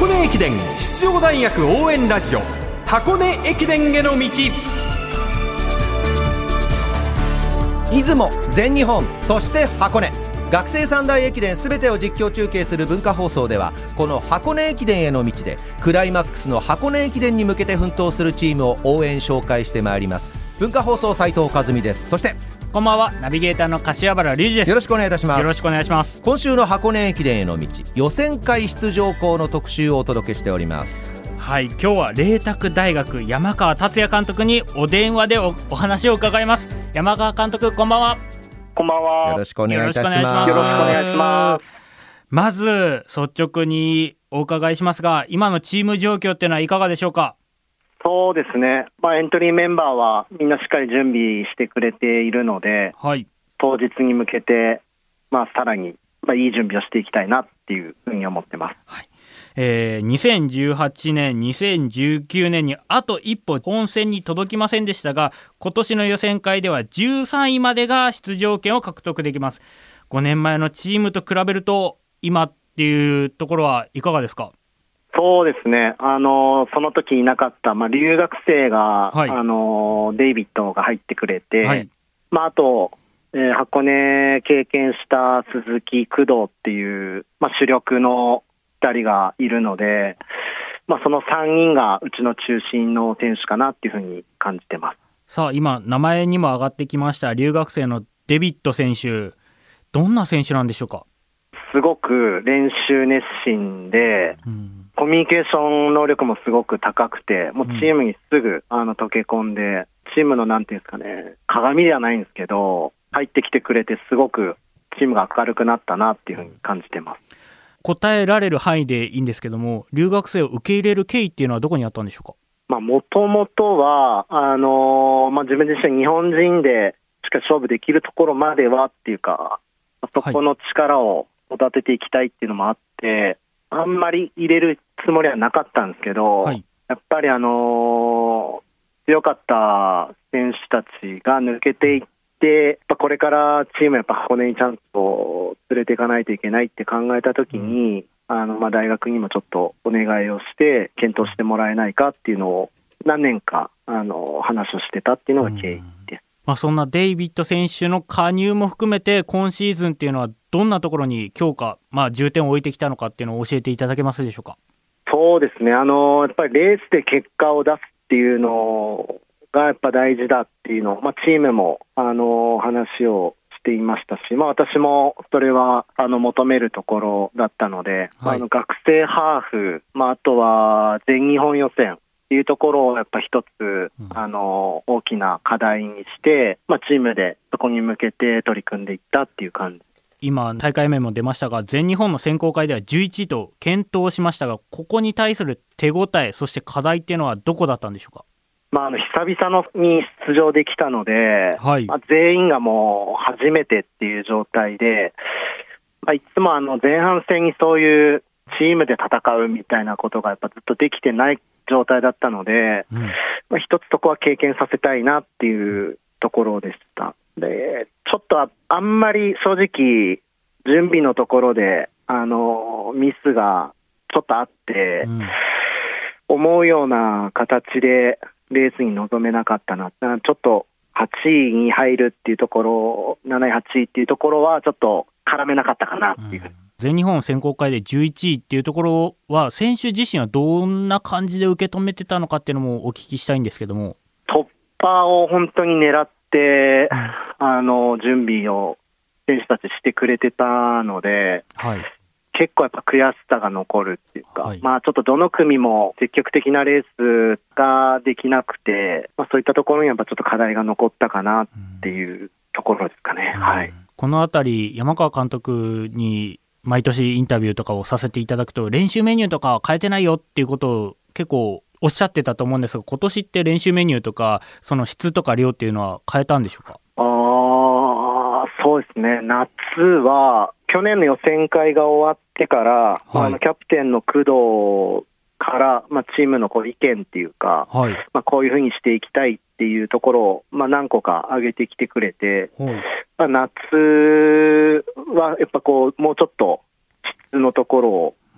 箱根駅伝出場大学応援ラジオ、箱根駅伝への道。 出雲、全日本、そして箱根、学生三大駅伝すべてを実況中継する文化放送では、この箱根駅伝への道でクライマックスの箱根駅伝に向けて奮闘するチームを応援紹介してまいります。文化放送斉藤和美です。そしてこんばんは、ナビゲーターの柏原隆二です。 よろしくお願いいたします。 よろしくお願いします。 今週の箱根駅伝への道、予選会出場校の特集をお届けしております。 はい、今日は麗澤大学山川達也監督にお電話で お話を伺います。山川監督、こんばんは。 こんばんは。 よろしくお願いいたします。 よろしくお願いします。 まず率直にお伺いしますが、今のチーム状況っていうのはいかがでしょうか？ そうですね、エントリーメンバーはみんなしっかり準備してくれているので、 はい、 当日に向けて、さらに、いい準備をしていきたいなっていうふうに思ってます。 はい。2018年2019年にあと一歩本戦に届きませんでしたが、今年の予選会では13位までが出場権を獲得できます。5年前のチームと比べると今っていうところはいかがですか？ そうですね、その時いなかった、留学生が、 はい、 デイビッドが入ってくれて、 はい、 あと、箱根経験した鈴木、工藤っていう、主力の2人がいるので、その3人がうちの中心の選手かなっていうふうに感じてます。 さあ、今名前にも上がってきました留学生のデビッド選手、どんな選手なんでしょうか？ すごく練習熱心で、コミュニケーション能力もすごく高くて、もうチームにすぐ溶け込んで、チームのなんていうんですかね、鏡ではないんですけど、入ってきてくれてすごくチームが明るくなったなっていうふうに感じてます。 答えられる範囲でいいんですけども、留学生を受け入れる経緯っていうのはどこにあったんでしょうか？ もともとは自分自身日本人でしか勝負できるところまではっていうか、そこの力を育てていきたいっていうのもあって、あんまり入れるつもりはなかったんですけど、 はい、 やっぱり強かった選手たちが抜けていって、これからチームやっぱ箱根にちゃんと連れていかないといけないって考えたときに、大学にもちょっとお願いをして検討してもらえないかっていうのを何年か話をしてたっていうのが経緯です。 そんなデイビッド選手の加入も含めて今シーズンっていうのはどんなところに強化、重点を置いてきたのかっていうのを教えていただけますでしょうか？ そうですね、やっぱりレースで結果を出すっていうのがやっぱ大事だっていうのを、チームも話をしていましたし、私もそれは求めるところだったので、 はい、 学生ハーフ、あとは全日本予選っていうところをやっぱ一つ、大きな課題にして、チームでそこに向けて取り組んでいったっていう感じ。 今大会名も出ましたが、全日本の選考会では11位と健闘しましたが、ここに対する手応え、そして課題っていうのはどこだったんでしょうか？ 久々に出場できたので、 はい、 全員がもう初めてっていう状態で、いつも前半戦にそういうチームで戦うみたいなことがやっぱずっとできてない状態だったので、一つそこは経験させたいなっていうところでした。で、ちょっとあんまり正直準備のところでミスがちょっとあって、思うような形でレースに臨めなかったな。ちょっと8位に入るっていうところ、7位8位っていうところはちょっと絡めなかったかなっていう、 全日本選考会で11位っていうところは選手自身はどんな感じで受け止めてたのかっていうのもお聞きしたいんですけども。 突破を本当に狙って準備を選手たちしてくれてたので、 はい、 結構やっぱ悔しさが残るっていうか、 はい、 ちょっとどの組も積極的なレースができなくて、そういったところにやっぱちょっと課題が残ったかなっていうところですかね。はい、 このあたり山川監督に毎年インタビューとかをさせていただくと、練習メニューとか変えてないよっていうことを結構おっしゃってたと思うんですが、今年って練習メニューとかその質とか量っていうのは変えたんでしょうか？ そうですね、夏は去年の予選会が終わってから、 はい、 キャプテンの工藤から、チームの意見っていうか、 はい、 こういうふうにしていきたいっていうところを、何個か上げてきてくれて、夏はやっぱもうちょっと質のところを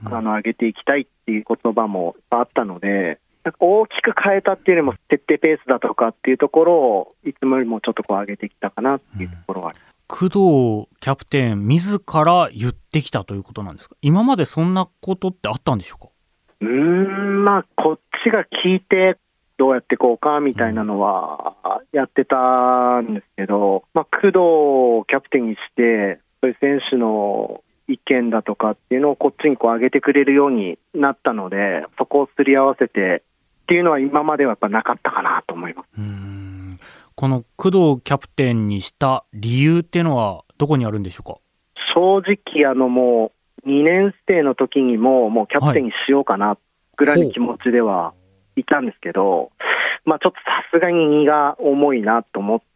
上げていきたいっていう言葉もあったので、なんか大きく変えたっていうよりも徹底ペースだとかっていうところをいつもよりもちょっと上げてきたかなっていうところはあります。 工藤キャプテン自ら言ってきたということなんですか？今までそんなことってあったんでしょうか？ こっちが聞いてどうやっていこうかみたいなのはやってたんですけど、工藤をキャプテンにしてそういう選手の意見だとかっていうのをこっちに上げてくれるようになったので、そこをすり合わせてっていうのは今まではやっぱなかったかなと思います。 この工藤キャプテンにした理由っていうのはどこにあるんでしょうか？ 正直もう2年生の時にもうキャプテンにしようかなぐらいの気持ちではいたんですけど、ちょっとさすがに荷が重いなと思って、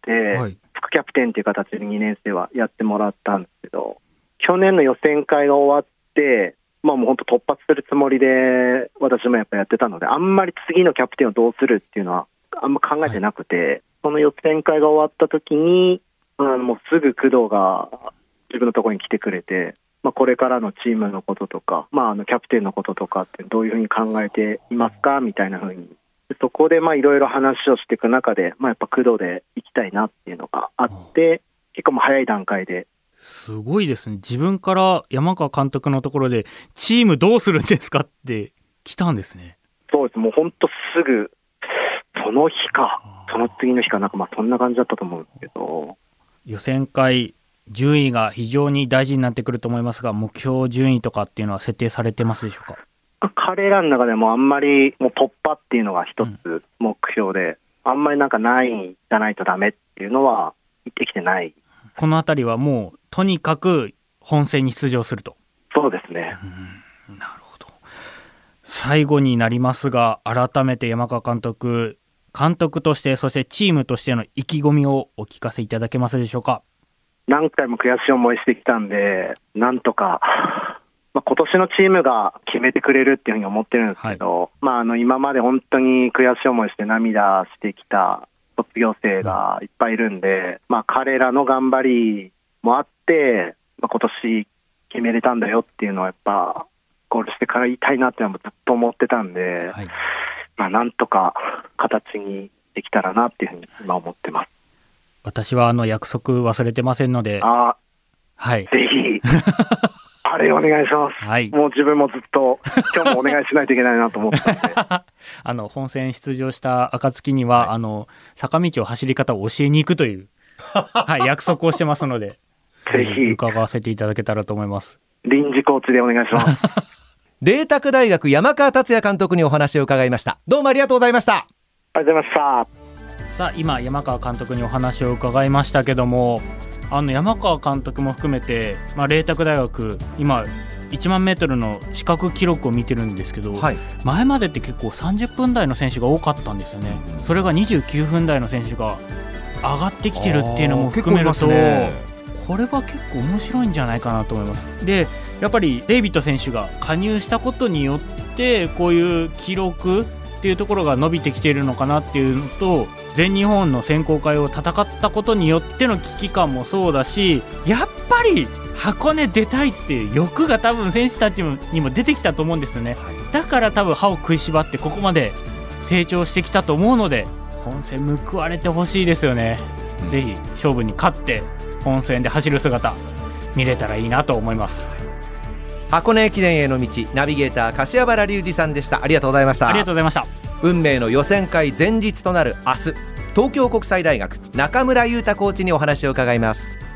副キャプテンという形で2年生はやってもらったんですけど、去年の予選会が終わって、もう本当突発するつもりで私もやっぱやってたので、あんまり次のキャプテンをどうするっていうのはあんま考えてなくて、その予選会が終わった時にもうすぐ工藤が自分のところに来てくれて、これからのチームのこととか、キャプテンのこととかってどういうふうに考えていますかみたいなふうに、そこでいろいろ話をしていく中で、やっぱ工藤で行きたいなっていうのがあって、結構もう早い段階で。 すごいですね。自分から山川監督のところでチームどうするんですかって来たんですね。 そうです。もう本当すぐその日かその次の日かそんな感じだったと思うんですけど、 予選会順位が非常に大事になってくると思いますが、目標順位とかっていうのは設定されてますでしょうか？ 彼らの中でもあんまりもう突破っていうのが一つ目標で、あんまりないんじゃないとダメっていうのは言ってきてない。 このあたりはもうとにかく本戦に出場すると。 そうですね。 なるほど。最後になりますが、改めて山川監督として、そしてチームとしての意気込みをお聞かせいただけますでしょうか？ 何回も悔しい思いしてきたんで、なんとか今年のチームが決めてくれるっていうふうに思ってるんですけど、今まで本当に悔しい思いして涙してきた卒業生がいっぱいいるんで、彼らの頑張りもあって、今年決めれたんだよっていうのはやっぱゴールしてから言いたいなっていうのもずっと思ってたんで、なんとか形にできたらなっていうふうに今思ってます。 私は約束忘れてませんので、ぜひあれお願いします。もう自分もずっと今日もお願いしないといけないなと思ってたんで本戦出場した暁には、坂道を走り方を教えに行くという、約束をしてますのでぜひ伺わせていただけたらと思います。 臨時コーチでお願いします。 麗澤大学山川達也監督にお話を伺いました。どうもありがとうございました。 ありがとうございました。 さあ、今山川監督にお話を伺いましたけども、山川監督も含めて、麗澤大学今1万メートルの視覚記録を見てるんですけど、前までって結構30分台の選手が多かったんですよね。それが29分台の選手が上がってきてるっていうのも含めると、これは結構面白いんじゃないかなと思います。で、やっぱりデイビッド選手が加入したことによってこういう記録っていうところが伸びてきているのかなっていうのと、全日本の選考会を戦ったことによっての危機感もそうだし、やっぱり箱根出たいっていう欲が多分選手たちにも出てきたと思うんですよね。だから多分歯を食いしばってここまで成長してきたと思うので、本戦報われてほしいですよね。ぜひ勝負に勝って本戦で走る姿見れたらいいなと思います。 箱根駅伝への道、ナビゲーター柏原隆二さんでした。ありがとうございました。 ありがとうございました。 運命の予選会前日となる明日、東京国際大学中村優太コーチにお話を伺います。